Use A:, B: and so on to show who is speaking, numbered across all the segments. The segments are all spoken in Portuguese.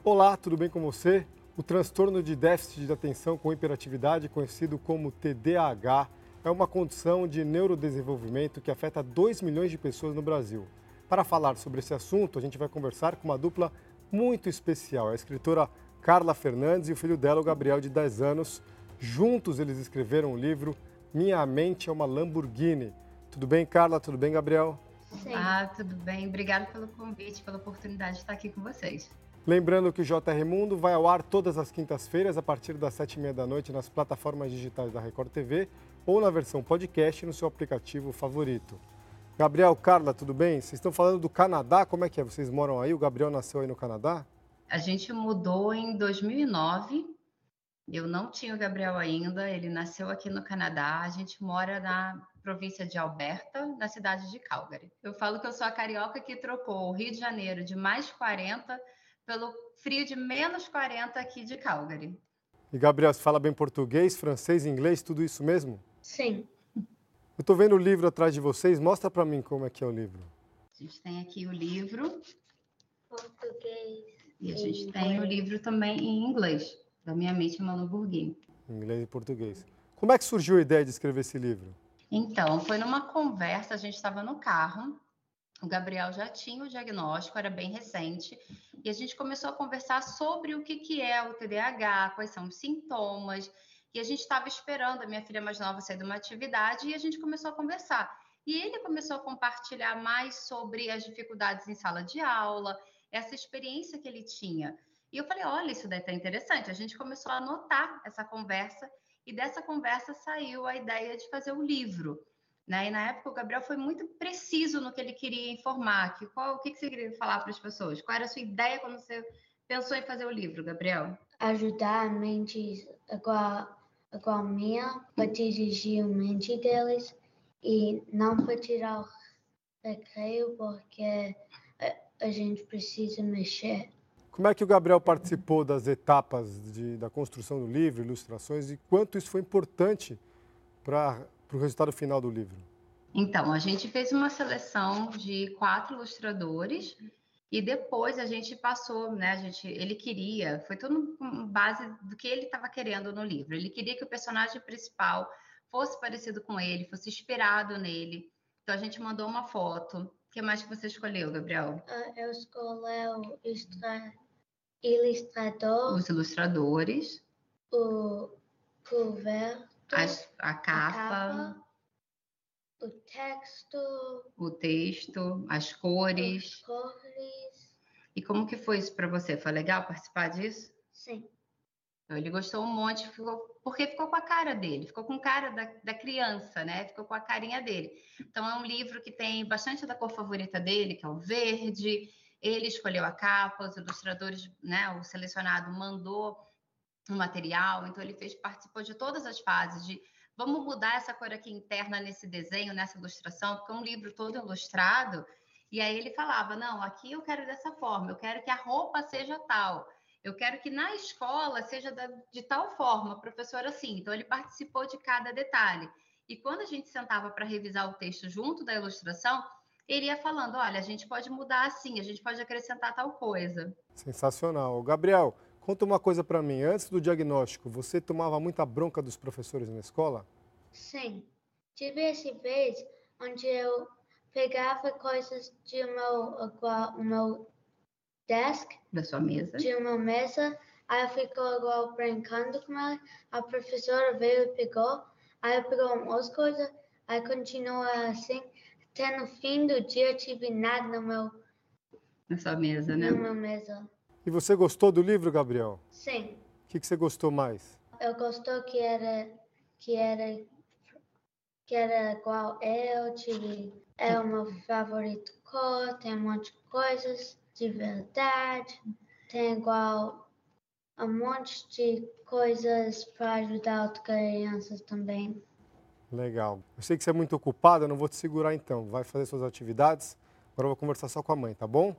A: Olá, tudo bem com você? O transtorno de déficit de atenção com hiperatividade, conhecido como TDAH, é uma condição de neurodesenvolvimento que afeta 2 milhões de pessoas no Brasil. Para falar sobre esse assunto, a gente vai conversar com uma dupla muito especial, a escritora Carla Fernandes e o filho dela, o Gabriel, de 10 anos. Juntos eles escreveram o livro Minha Mente é uma Lamborghini. Tudo bem, Carla? Tudo bem, Gabriel?
B: Sim.
C: Tudo bem. Obrigada pelo convite, pela oportunidade de estar aqui com vocês.
A: Lembrando que o JR Mundo vai ao ar todas as quintas-feiras, a partir das 7h30 da noite, nas plataformas digitais da Record TV ou na versão podcast no seu aplicativo favorito. Gabriel, Carla, tudo bem? Vocês estão falando do Canadá, como é que é? Vocês moram aí? O Gabriel nasceu aí no Canadá?
C: A gente mudou em 2009. Eu não tinha o Gabriel ainda, ele nasceu aqui no Canadá. A gente mora na província de Alberta, na cidade de Calgary. Eu falo que eu sou a carioca que trocou o Rio de Janeiro de mais 40 pelo frio de menos 40 aqui de Calgary.
A: E Gabriel, você fala bem português, francês, inglês, tudo isso mesmo?
B: Sim.
A: Eu estou vendo o livro atrás de vocês, mostra para mim como é que é o livro.
C: A gente tem aqui o livro.
B: Português.
C: E a gente tem o livro também em inglês, da Minha Mente é uma Lamborghini.
A: Inglês e português. Como é que surgiu a ideia de escrever esse livro?
C: Então, foi numa conversa, a gente estava no carro, o Gabriel já tinha o diagnóstico, era bem recente, e a gente começou a conversar sobre o que é o TDAH, quais são os sintomas, e a gente estava esperando a minha filha mais nova sair de uma atividade, e a gente começou a conversar. E ele começou a compartilhar mais sobre as dificuldades em sala de aula, essa experiência que ele tinha. E eu falei, olha, isso daí tá interessante. A gente começou a anotar essa conversa, e dessa conversa saiu a ideia de fazer um livro. Né? E na época o Gabriel foi muito preciso no que ele queria informar. O que você queria falar para as pessoas? Qual era a sua ideia quando você pensou em fazer o livro, Gabriel?
B: Ajudar mentes igual a minha para dirigir a mente deles e não para tirar o recreio porque a gente precisa mexer.
A: Como é que o Gabriel participou das etapas da construção do livro, ilustrações, e quanto isso foi importante para o resultado final do livro?
C: Então, a gente fez uma seleção de 4 ilustradores e depois a gente passou, né? Ele queria, foi tudo com base do que ele estava querendo no livro. Ele queria que o personagem principal fosse parecido com ele, fosse inspirado nele. Então a gente mandou uma foto. O que mais que você escolheu, Gabriel?
B: Eu escolhi o ilustrador,
C: Os ilustradores,
B: o cover,
C: a capa,
B: o texto,
C: o texto, as cores. E como que foi isso para você? Foi legal participar disso?
B: Sim.
C: Então, ele gostou um monte, porque ficou com a cara dele, ficou com a cara da criança, né? Ficou com a carinha dele. Então, é um livro que tem bastante da cor favorita dele, que é o verde. Ele escolheu a capa, os ilustradores, né? O selecionado mandou o material, então ele participou de todas as fases de vamos mudar essa cor aqui interna nesse desenho, nessa ilustração, porque é um livro todo ilustrado. E aí ele falava, não, aqui eu quero dessa forma, eu quero que a roupa seja tal. Eu quero que na escola seja de tal forma, professor assim. Então, ele participou de cada detalhe. E quando a gente sentava para revisar o texto junto da ilustração, ele ia falando, olha, a gente pode mudar assim, a gente pode acrescentar tal coisa.
A: Sensacional. Gabriel, conta uma coisa para mim. Antes do diagnóstico, você tomava muita bronca dos professores na escola?
B: Sim. Tive essa vez onde eu pegava coisas de o meu desk,
C: da sua mesa,
B: de uma mesa, aí eu ficou igual brincando com ela, a professora veio e pegou, aí eu pegou umas coisas, aí continua assim, até no fim do dia eu tive nada
C: na sua mesa, né?
B: Na minha mesa.
A: E você gostou do livro, Gabriel?
B: Sim.
A: O que você gostou mais?
B: Eu gostou que era igual eu, é o meu favorito cor, tem um monte de coisas de verdade, tem igual um monte de coisas para ajudar outras crianças também.
A: Legal. Eu sei que você é muito ocupada, eu não vou te segurar então. Vai fazer suas atividades. Agora eu vou conversar só com a mãe, tá bom?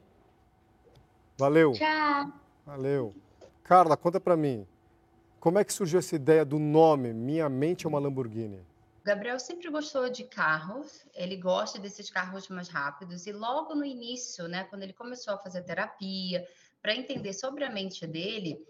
A: Valeu.
B: Tchau.
A: Valeu. Carla, conta pra mim. Como é que surgiu essa ideia do nome Minha Mente é uma Lamborghini?
C: O Gabriel sempre gostou de carros, ele gosta desses carros mais rápidos e logo no início, né, quando ele começou a fazer terapia, para entender sobre a mente dele,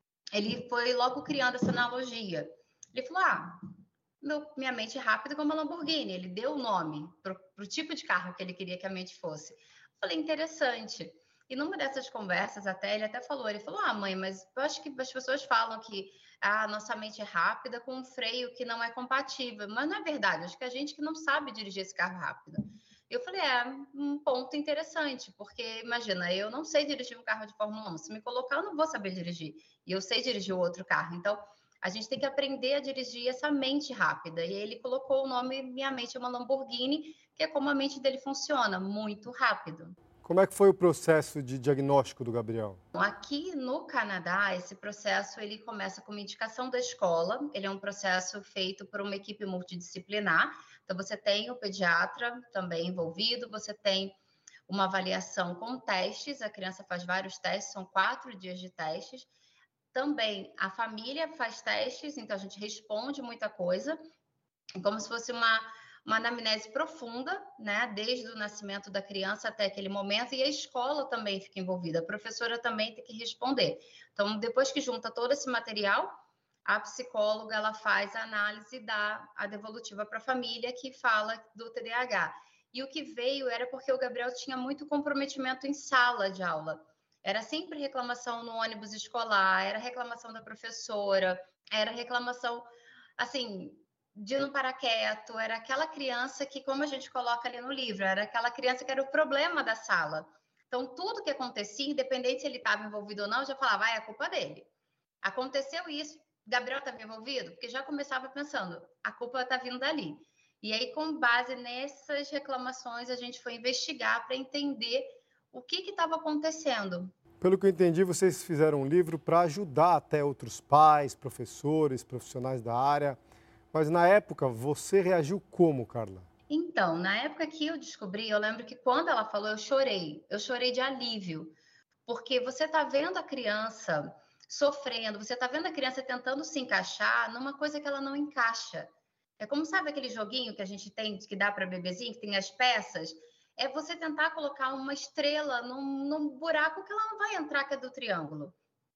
C: ele foi logo criando essa analogia. Ele falou, minha mente é rápida como a Lamborghini. Ele deu o nome para o tipo de carro que ele queria que a mente fosse. Eu falei, interessante. E numa dessas conversas ele até falou, mãe, mas eu acho que as pessoas falam que a nossa mente é rápida com um freio que não é compatível. Mas não é verdade, acho que a gente que não sabe dirigir esse carro rápido. Eu falei, um ponto interessante, porque imagina, eu não sei dirigir um carro de Fórmula 1. Se me colocar, eu não vou saber dirigir. E eu sei dirigir o outro carro. Então, a gente tem que aprender a dirigir essa mente rápida. E ele colocou o nome, minha mente é uma Lamborghini, que é como a mente dele funciona, muito rápido.
A: Como é que foi o processo de diagnóstico do Gabriel?
C: Aqui no Canadá, esse processo ele começa com uma indicação da escola. Ele é um processo feito por uma equipe multidisciplinar. Então, você tem o pediatra também envolvido, você tem uma avaliação com testes. A criança faz vários testes, são 4 dias de testes. Também a família faz testes, então a gente responde muita coisa, como se fosse uma anamnese profunda, né? Desde o nascimento da criança até aquele momento, e a escola também fica envolvida, a professora também tem que responder. Então, depois que junta todo esse material, a psicóloga ela faz a análise e dá a devolutiva para a família que fala do TDAH. E o que veio era porque o Gabriel tinha muito comprometimento em sala de aula. Era sempre reclamação no ônibus escolar, era reclamação da professora, era reclamação, assim, de não parar quieto, era aquela criança que, como a gente coloca ali no livro, era aquela criança que era o problema da sala. Então, tudo que acontecia, independente se ele estava envolvido ou não, eu já falava, é a culpa dele. Aconteceu isso, Gabriel estava envolvido? Porque já começava pensando, a culpa está vindo dali. E aí, com base nessas reclamações, a gente foi investigar para entender o que estava acontecendo.
A: Pelo que eu entendi, vocês fizeram um livro para ajudar até outros pais, professores, profissionais da área. Mas na época, você reagiu como, Carla?
C: Então, na época que eu descobri, eu lembro que quando ela falou, eu chorei. Eu chorei de alívio. Porque você está vendo a criança sofrendo, você está vendo a criança tentando se encaixar numa coisa que ela não encaixa. É como, sabe aquele joguinho que a gente tem, que dá para bebezinho, que tem as peças? É você tentar colocar uma estrela num buraco que ela não vai entrar, que é do triângulo.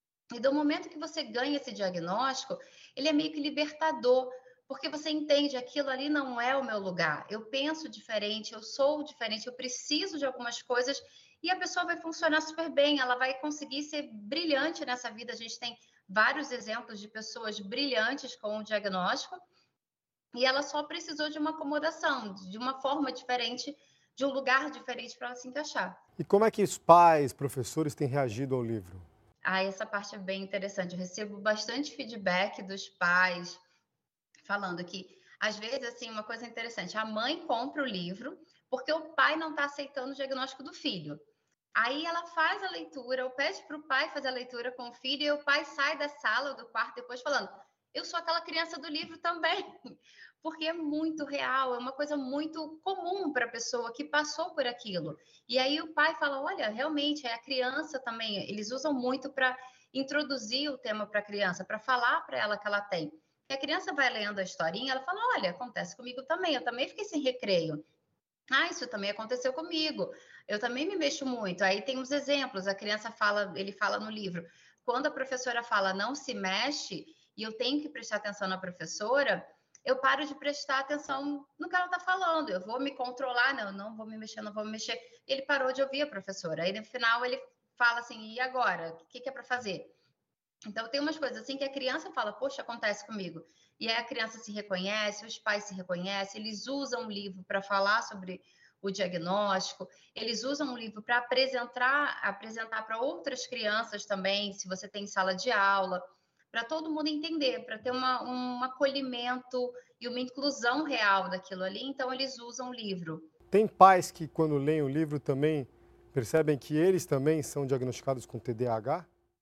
C: E do momento que você ganha esse diagnóstico, ele é meio que libertador, porque você entende, aquilo ali não é o meu lugar. Eu penso diferente, eu sou diferente, eu preciso de algumas coisas e a pessoa vai funcionar super bem, ela vai conseguir ser brilhante nessa vida. A gente tem vários exemplos de pessoas brilhantes com o diagnóstico e ela só precisou de uma acomodação, de uma forma diferente, de um lugar diferente para ela se encaixar.
A: E como é que os pais, professores têm reagido ao livro?
C: Essa parte é bem interessante. Eu recebo bastante feedback dos pais falando que, às vezes, assim, uma coisa interessante, a mãe compra o livro porque o pai não está aceitando o diagnóstico do filho. Aí ela faz a leitura, ou pede para o pai fazer a leitura com o filho, e o pai sai da sala, do quarto, depois falando, eu sou aquela criança do livro também, porque é muito real, é uma coisa muito comum para a pessoa que passou por aquilo. E aí o pai fala, olha, realmente, é a criança também, eles usam muito para introduzir o tema para a criança, para falar para ela que ela tem. E a criança vai lendo a historinha, ela fala, olha, acontece comigo também, eu também fiquei sem recreio. Isso também aconteceu comigo. Eu também me mexo muito. Aí tem uns exemplos. A criança fala, ele fala no livro, quando a professora fala não se mexe e eu tenho que prestar atenção na professora, eu paro de prestar atenção no que ela está falando. Eu vou me controlar, não vou me mexer, não vou me mexer. Ele parou de ouvir a professora. Aí no final ele fala assim, e agora? O que é para fazer? Então, tem umas coisas assim que a criança fala, poxa, acontece comigo. E aí a criança se reconhece, os pais se reconhecem, eles usam o livro para falar sobre o diagnóstico, eles usam o livro para apresentar para outras crianças também, se você tem sala de aula, para todo mundo entender, para ter um acolhimento e uma inclusão real daquilo ali. Então, eles usam o livro.
A: Tem pais que, quando leem o livro, também percebem que eles também são diagnosticados com TDAH?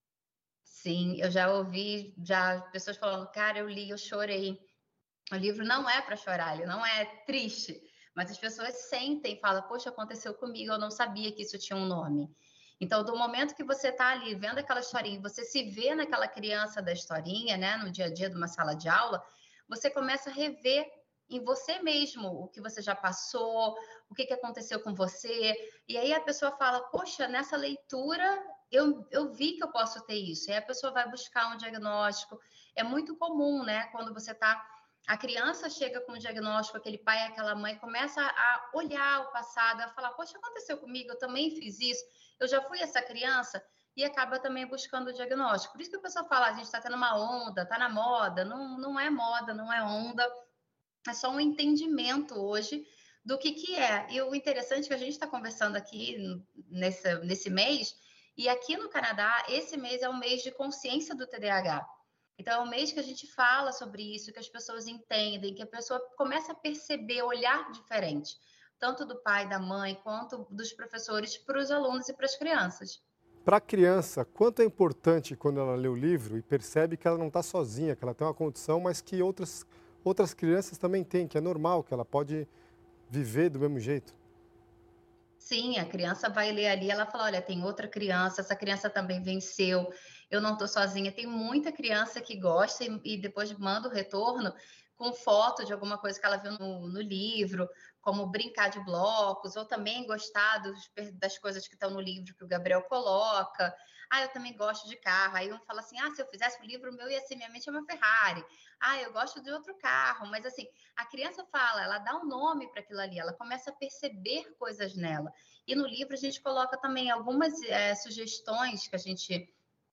C: Sim, eu já ouvi pessoas falando, cara, eu li, eu chorei. O livro não é para chorar, ele não é triste, mas as pessoas sentem, falam, poxa, aconteceu comigo, eu não sabia que isso tinha um nome. Então, do momento que você está ali vendo aquela historinha, você se vê naquela criança da historinha, né, no dia a dia de uma sala de aula, você começa a rever em você mesmo o que você já passou, o que aconteceu com você, e aí a pessoa fala, poxa, nessa leitura eu vi que eu posso ter isso. E aí a pessoa vai buscar um diagnóstico. É muito comum, né? Quando a criança chega com um diagnóstico, aquele pai, aquela mãe começa a olhar o passado, a falar, poxa, aconteceu comigo, eu também fiz isso, eu já fui essa criança, e acaba também buscando o diagnóstico. Por isso que a pessoa fala, a gente está tendo uma onda, está na moda. Não, não é moda, não é onda, é só um entendimento hoje do que é. E o interessante é que a gente está conversando aqui nesse mês, e aqui no Canadá, esse mês é o mês de consciência do TDAH. Então, é um mês que a gente fala sobre isso, que as pessoas entendem, que a pessoa começa a perceber, olhar diferente, tanto do pai, da mãe, quanto dos professores para os alunos e para as crianças.
A: Para a criança, quanto é importante quando ela lê o livro e percebe que ela não está sozinha, que ela tem uma condição, mas que outras crianças também têm, que é normal, que ela pode viver do mesmo jeito?
C: Sim, a criança vai ler ali, ela fala, olha, tem outra criança, essa criança também venceu, eu não estou sozinha. Tem muita criança que gosta e depois manda o retorno com foto de alguma coisa que ela viu no livro, como brincar de blocos, ou também gostar das coisas que estão no livro que o Gabriel coloca. Ah, eu também gosto de carro. Aí um fala assim, ah, se eu fizesse um livro, o meu ia ser Minha Mente é uma Ferrari. Ah, eu gosto de outro carro. Mas assim, a criança fala, ela dá um nome para aquilo ali, ela começa a perceber coisas nela. E no livro a gente coloca também algumas sugestões que a gente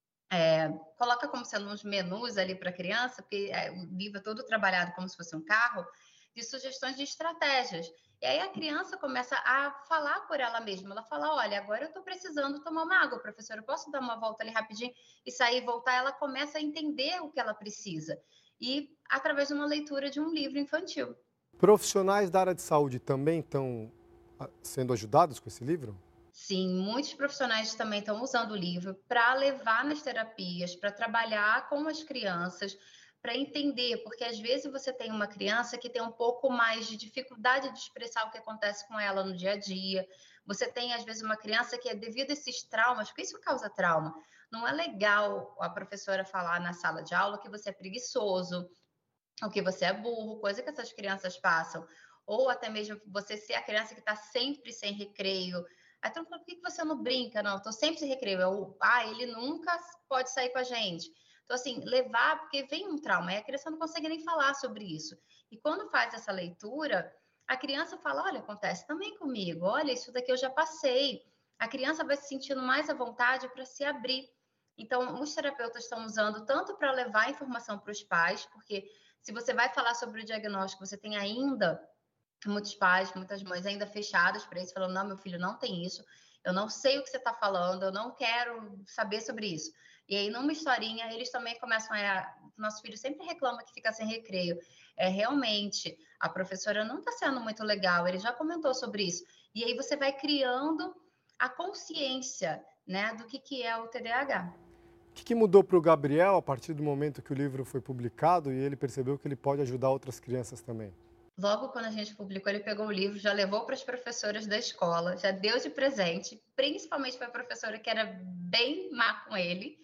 C: coloca como sendo uns menus ali para a criança, porque o livro é todo trabalhado como se fosse um carro, de sugestões de estratégias. E aí a criança começa a falar por ela mesma. Ela fala, olha, agora eu estou precisando tomar uma água, professora, eu posso dar uma volta ali rapidinho e sair e voltar? Ela começa a entender o que ela precisa. E através de uma leitura de um livro infantil.
A: Profissionais da área de saúde também estão sendo ajudados com esse livro?
C: Sim, muitos profissionais também estão usando o livro para levar nas terapias, para trabalhar com as crianças, para entender, porque às vezes você tem uma criança que tem um pouco mais de dificuldade de expressar o que acontece com ela no dia a dia. Você tem, às vezes, uma criança que, devido a esses traumas, porque isso causa trauma, não é legal a professora falar na sala de aula que você é preguiçoso, ou que você é burro, coisa que essas crianças passam. Ou até mesmo você ser a criança que está sempre sem recreio. Aí tu fala, por que você não brinca? Não, estou sempre sem recreio. Ele nunca pode sair com a gente. Então, assim, levar, porque vem um trauma, e a criança não consegue nem falar sobre isso. E quando faz essa leitura, a criança fala, olha, acontece também comigo, olha, isso daqui eu já passei. A criança vai se sentindo mais à vontade para se abrir. Então, os terapeutas estão usando tanto para levar informação para os pais, porque se você vai falar sobre o diagnóstico, você tem ainda muitos pais, muitas mães ainda fechadas para isso, falando, não, meu filho não tem isso, eu não sei o que você está falando, eu não quero saber sobre isso. E aí, numa historinha, eles também começam nosso filho sempre reclama que fica sem recreio. Realmente, a professora não está sendo muito legal, ele já comentou sobre isso. E aí você vai criando a consciência, né, do que é o TDAH.
A: O que mudou para o Gabriel a partir do momento que o livro foi publicado e ele percebeu que ele pode ajudar outras crianças também?
C: Logo quando a gente publicou, ele pegou o livro, já levou para as professoras da escola, já deu de presente, principalmente para a professora que era bem má com ele.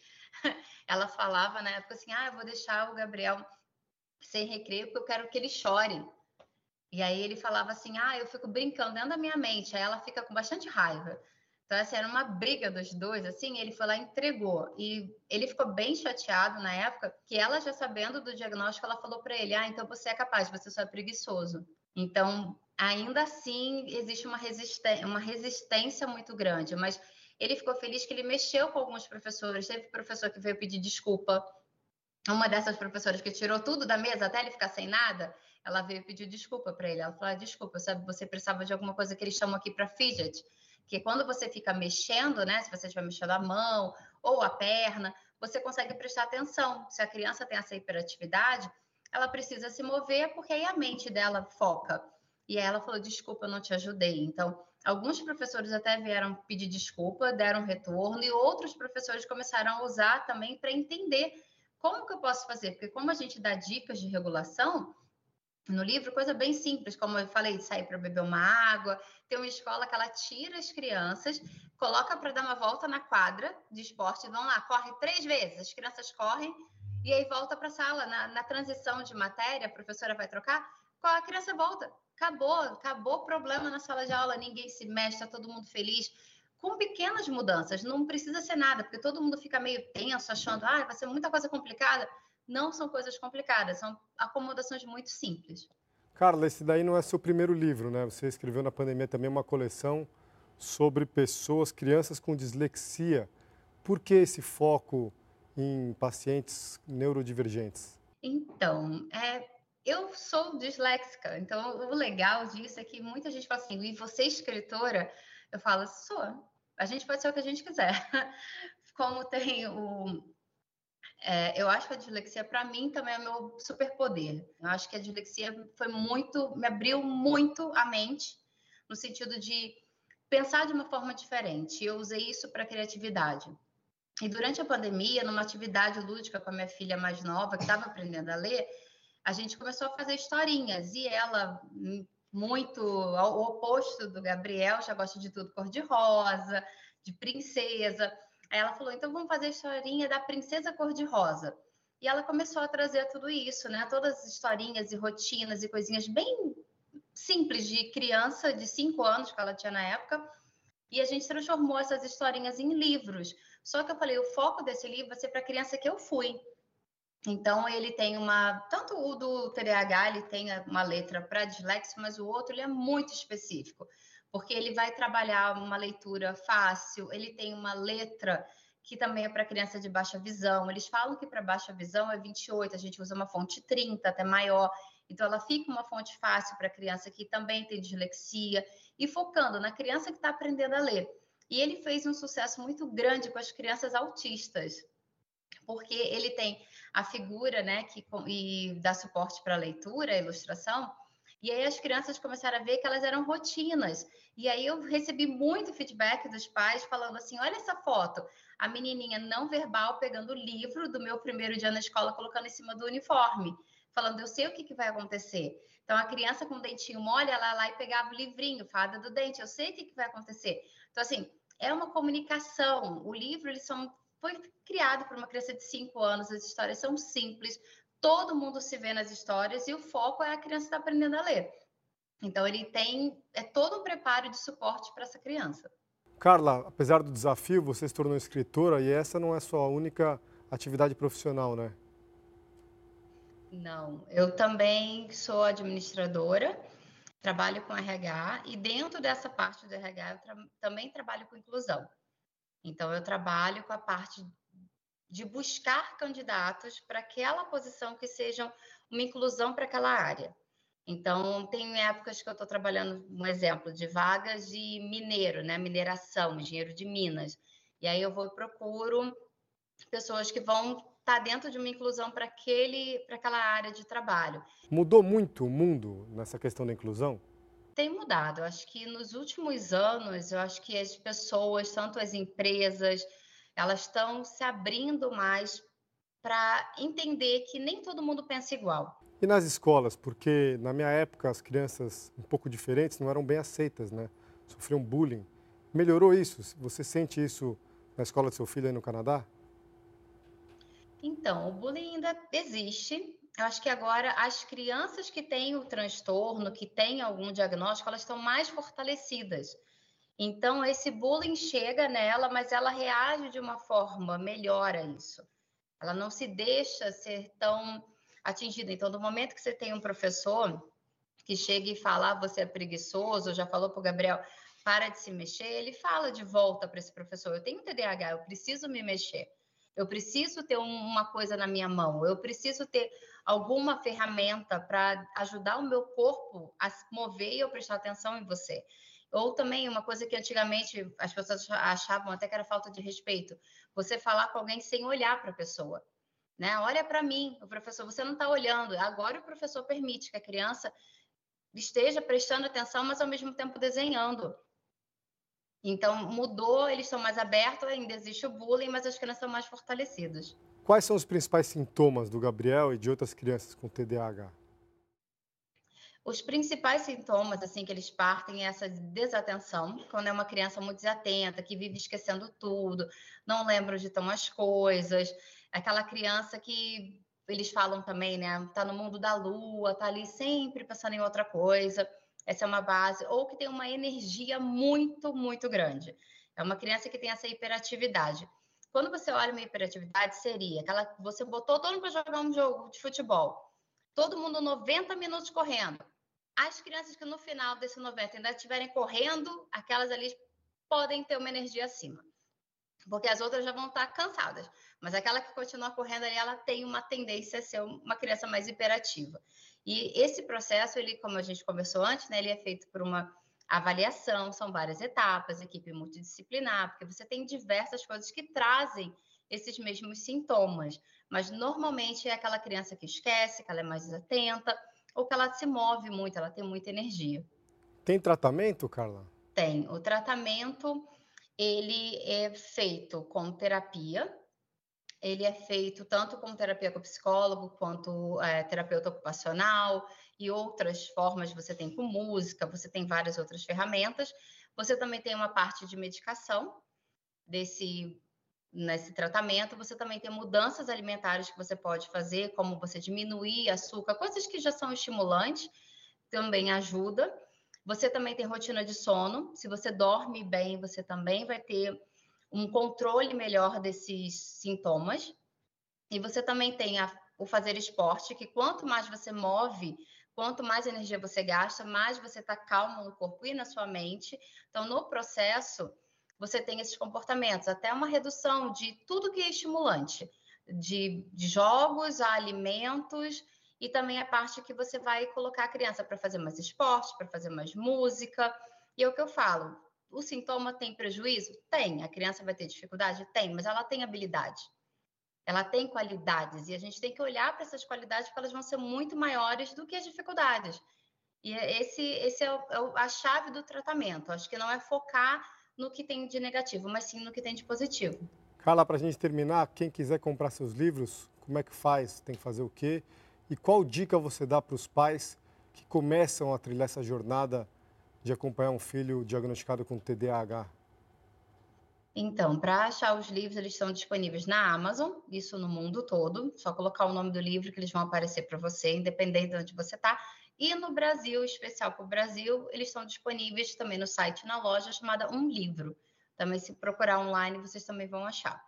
C: Ela falava na época assim, eu vou deixar o Gabriel sem recreio porque eu quero que ele chore. E aí ele falava assim, eu fico brincando dentro da minha mente. Aí ela fica com bastante raiva. Então, assim, era uma briga dos dois, assim, ele foi lá e entregou. E ele ficou bem chateado na época, que ela já sabendo do diagnóstico, ela falou para ele, então você é capaz, você só é preguiçoso. Então, ainda assim, existe uma resistência muito grande, mas ele ficou feliz que ele mexeu com alguns professores. Teve professor que veio pedir desculpa. Uma dessas professoras que tirou tudo da mesa até ele ficar sem nada, ela veio pedir desculpa para ele. Ela falou, desculpa, sabe, você precisava de alguma coisa que eles chamam aqui para fidget, que quando você fica mexendo, né, se você estiver mexendo a mão ou a perna, você consegue prestar atenção. Se a criança tem essa hiperatividade, ela precisa se mover, porque aí a mente dela foca. E aí ela falou, desculpa, eu não te ajudei. Então, alguns professores até vieram pedir desculpa, deram retorno, e outros professores começaram a usar também para entender como que eu posso fazer? Porque como a gente dá dicas de regulação no livro, coisa bem simples, como eu falei, de sair para beber uma água. Tem uma escola que ela tira as crianças, coloca para dar uma volta na quadra de esporte, vão lá, corre 3 vezes, as crianças correm, e aí volta para a sala. Na transição de matéria, a professora vai trocar, a criança volta. Acabou o problema na sala de aula, ninguém se mexe, está todo mundo feliz. com pequenas mudanças, não precisa ser nada, porque todo mundo fica meio tenso, achando, vai ser muita coisa complicada. Não são coisas complicadas, são acomodações muito simples.
A: Carla, esse daí não é seu primeiro livro, né? Você escreveu na pandemia também uma coleção sobre pessoas, crianças com dislexia. Por que esse foco em pacientes neurodivergentes?
C: Então, eu sou disléxica, então o legal disso é que muita gente fala assim, e você é escritora? Eu falo, sou. A gente pode ser o que a gente quiser. Como tem eu acho que a dislexia, para mim, também é meu superpoder. Eu acho que a dislexia me abriu muito a mente, no sentido de pensar de uma forma diferente. Eu usei isso para criatividade. E durante a pandemia, numa atividade lúdica com a minha filha mais nova, que estava aprendendo a ler, a gente começou a fazer historinhas. E ela, muito ao oposto do Gabriel, já gosta de tudo cor-de-rosa, de princesa. Aí ela falou, então vamos fazer a historinha da princesa cor-de-rosa. E ela começou a trazer tudo isso, né? Todas as historinhas e rotinas e coisinhas bem simples de criança de 5 anos que ela tinha na época. E a gente transformou essas historinhas em livros. Só que eu falei, o foco desse livro vai ser para a criança que eu fui. Então, ele tem tanto o do TDAH, ele tem uma letra para dislexia, mas o outro ele é muito específico, porque ele vai trabalhar uma leitura fácil, ele tem uma letra que também é para criança de baixa visão. Eles falam que para baixa visão é 28, a gente usa uma fonte 30, até maior. Então, ela fica uma fonte fácil para a criança que também tem dislexia, e focando na criança que está aprendendo a ler. E ele fez um sucesso muito grande com as crianças autistas, porque ele tem a figura, né, e dá suporte para a leitura, a ilustração, e aí as crianças começaram a ver que elas eram rotinas. E aí eu recebi muito feedback dos pais falando assim, olha essa foto, a menininha não verbal pegando o livro do meu primeiro dia na escola, colocando em cima do uniforme, falando, eu sei o que vai acontecer. Então, a criança com o dentinho mole, ela ia lá e pegava o livrinho, Fada do Dente, eu sei o que vai acontecer. Então, assim, é uma comunicação. O livro, foi criado por uma criança de 5 anos, as histórias são simples, todo mundo se vê nas histórias e o foco é a criança estar aprendendo a ler. Então, ele tem todo um preparo de suporte para essa criança.
A: Carla, apesar do desafio, você se tornou escritora e essa não é sua única atividade profissional, né?
C: Não, eu também sou administradora, trabalho com RH e dentro dessa parte do RH eu também trabalho com inclusão. Então, eu trabalho com a parte de buscar candidatos para aquela posição que sejam uma inclusão para aquela área. Então, tem épocas que eu estou trabalhando, um exemplo, de vagas de mineiro, né? Mineração, engenheiro de minas. E aí eu vou e procuro pessoas que vão estar dentro de uma inclusão para aquela área de trabalho.
A: Mudou muito o mundo nessa questão da inclusão?
C: Tem mudado. Eu acho que nos últimos anos, eu acho que as pessoas, tanto as empresas, elas estão se abrindo mais para entender que nem todo mundo pensa igual.
A: E nas escolas? Porque na minha época as crianças um pouco diferentes não eram bem aceitas, né? Sofriam bullying. Melhorou isso? Você sente isso na escola do seu filho aí no Canadá?
C: Então, o bullying ainda existe. Eu acho que agora as crianças que têm o transtorno, que têm algum diagnóstico, elas estão mais fortalecidas. Então, esse bullying chega nela, mas ela reage de uma forma melhor a isso. Ela não se deixa ser tão atingida. Então, no momento que você tem um professor que chega e fala, você é preguiçoso, já falou para o Gabriel, para de se mexer, ele fala de volta para esse professor, eu tenho TDAH, eu preciso me mexer. Eu preciso ter uma coisa na minha mão, eu preciso ter alguma ferramenta para ajudar o meu corpo a se mover e eu prestar atenção em você. Ou também uma coisa que antigamente as pessoas achavam até que era falta de respeito, você falar com alguém sem olhar para a pessoa. Né? Olha para mim, o professor, você não está olhando. Agora o professor permite que a criança esteja prestando atenção, mas ao mesmo tempo desenhando. Então, mudou, eles estão mais abertos, ainda existe o bullying, mas as crianças estão mais fortalecidas.
A: Quais são os principais sintomas do Gabriel e de outras crianças com TDAH?
C: Os principais sintomas, assim, que eles partem é essa desatenção, quando é uma criança muito desatenta, que vive esquecendo tudo, não lembra onde estão as coisas, aquela criança que eles falam também, né, tá no mundo da lua, tá ali sempre pensando em outra coisa, essa é uma base, ou que tem uma energia muito, muito grande. É uma criança que tem essa hiperatividade. Quando você olha uma hiperatividade, seria aquela você botou todo mundo para jogar um jogo de futebol, todo mundo 90 minutos correndo. As crianças que no final desse 90 ainda estiverem correndo, aquelas ali podem ter uma energia acima, porque as outras já vão estar cansadas. Mas aquela que continua correndo ali, ela tem uma tendência a ser uma criança mais hiperativa. E esse processo, ele, como a gente conversou antes, né, ele é feito por uma avaliação, são várias etapas, equipe multidisciplinar, porque você tem diversas coisas que trazem esses mesmos sintomas. Mas normalmente é aquela criança que esquece, que ela é mais desatenta, ou que ela se move muito, ela tem muita energia.
A: Tem tratamento, Carla?
C: Tem. O tratamento, ele é feito com terapia, ele é feito tanto com terapia com psicólogo, quanto terapeuta ocupacional e outras formas, você tem com música, você tem várias outras ferramentas. Você também tem uma parte de medicação nesse tratamento, você também tem mudanças alimentares que você pode fazer, como você diminuir açúcar, coisas que já são estimulantes, também ajuda. Você também tem rotina de sono, se você dorme bem, você também vai ter um controle melhor desses sintomas. E você também tem o fazer esporte, que quanto mais você move, quanto mais energia você gasta, mais você está calmo no corpo e na sua mente. Então, no processo, você tem esses comportamentos, até uma redução de tudo que é estimulante, de jogos a alimentos, e também a parte que você vai colocar a criança para fazer mais esporte, para fazer mais música. E é o que eu falo, o sintoma tem prejuízo? Tem. A criança vai ter dificuldade? Tem, mas ela tem habilidade. Ela tem qualidades, e a gente tem que olhar para essas qualidades, porque elas vão ser muito maiores do que as dificuldades. E esse é a chave do tratamento. Acho que não é focar no que tem de negativo, mas sim no que tem de positivo.
A: Carla, para a gente terminar, quem quiser comprar seus livros, como é que faz? Tem que fazer o quê? E qual dica você dá para os pais que começam a trilhar essa jornada de acompanhar um filho diagnosticado com TDAH?
C: Então, para achar os livros, eles estão disponíveis na Amazon, isso no mundo todo. Só colocar o nome do livro que eles vão aparecer para você, independente de onde você está. E no Brasil, especial para o Brasil, eles estão disponíveis também no site, na loja, chamada Um Livro. Também, se procurar online, vocês também vão achar.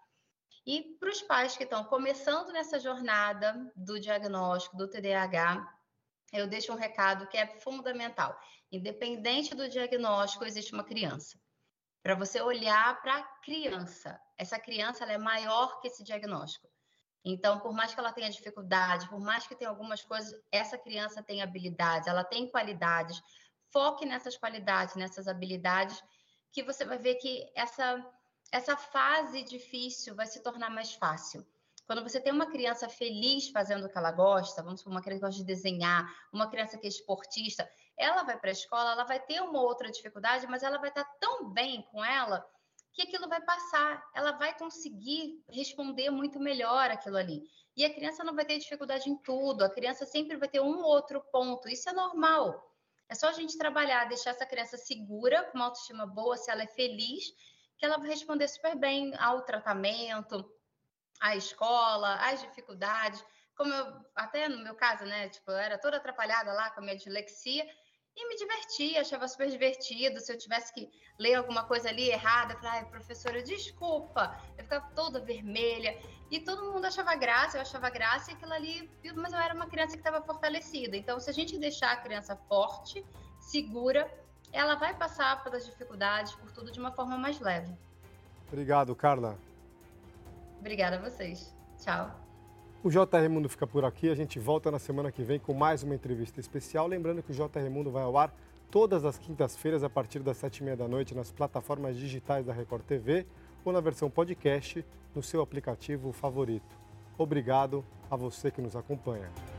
C: E para os pais que estão começando nessa jornada do diagnóstico do TDAH, eu deixo um recado que é fundamental. Independente do diagnóstico, existe uma criança. Para você olhar para a criança. Essa criança ela é maior que esse diagnóstico. Então, por mais que ela tenha dificuldade, por mais que tenha algumas coisas, essa criança tem habilidades, ela tem qualidades. Foque nessas qualidades, nessas habilidades, que você vai ver que essa fase difícil vai se tornar mais fácil. Quando você tem uma criança feliz fazendo o que ela gosta, vamos supor, uma criança que gosta de desenhar, uma criança que é esportista, ela vai para a escola, ela vai ter uma outra dificuldade, mas ela vai estar tão bem com ela que aquilo vai passar. Ela vai conseguir responder muito melhor aquilo ali. E a criança não vai ter dificuldade em tudo, a criança sempre vai ter um ou outro ponto. Isso é normal. É só a gente trabalhar, deixar essa criança segura, com uma autoestima boa, se ela é feliz, que ela vai responder super bem ao tratamento, à escola, às dificuldades. Como até no meu caso, né? Tipo, eu era toda atrapalhada lá com a minha dislexia e me divertia, achava super divertido. Se eu tivesse que ler alguma coisa ali errada, eu falava, ai, professora, desculpa. Eu ficava toda vermelha. E todo mundo achava graça, eu achava graça, e aquilo ali, mas eu era uma criança que estava fortalecida. Então, se a gente deixar a criança forte, segura, ela vai passar pelas dificuldades, por tudo, de uma forma mais leve.
A: Obrigado, Carla.
C: Obrigada a vocês. Tchau.
A: O JR Mundo fica por aqui. A gente volta na semana que vem com mais uma entrevista especial. Lembrando que o JR Mundo vai ao ar todas as quintas-feiras a partir das 7h30 nas plataformas digitais da Record TV ou na versão podcast no seu aplicativo favorito. Obrigado a você que nos acompanha.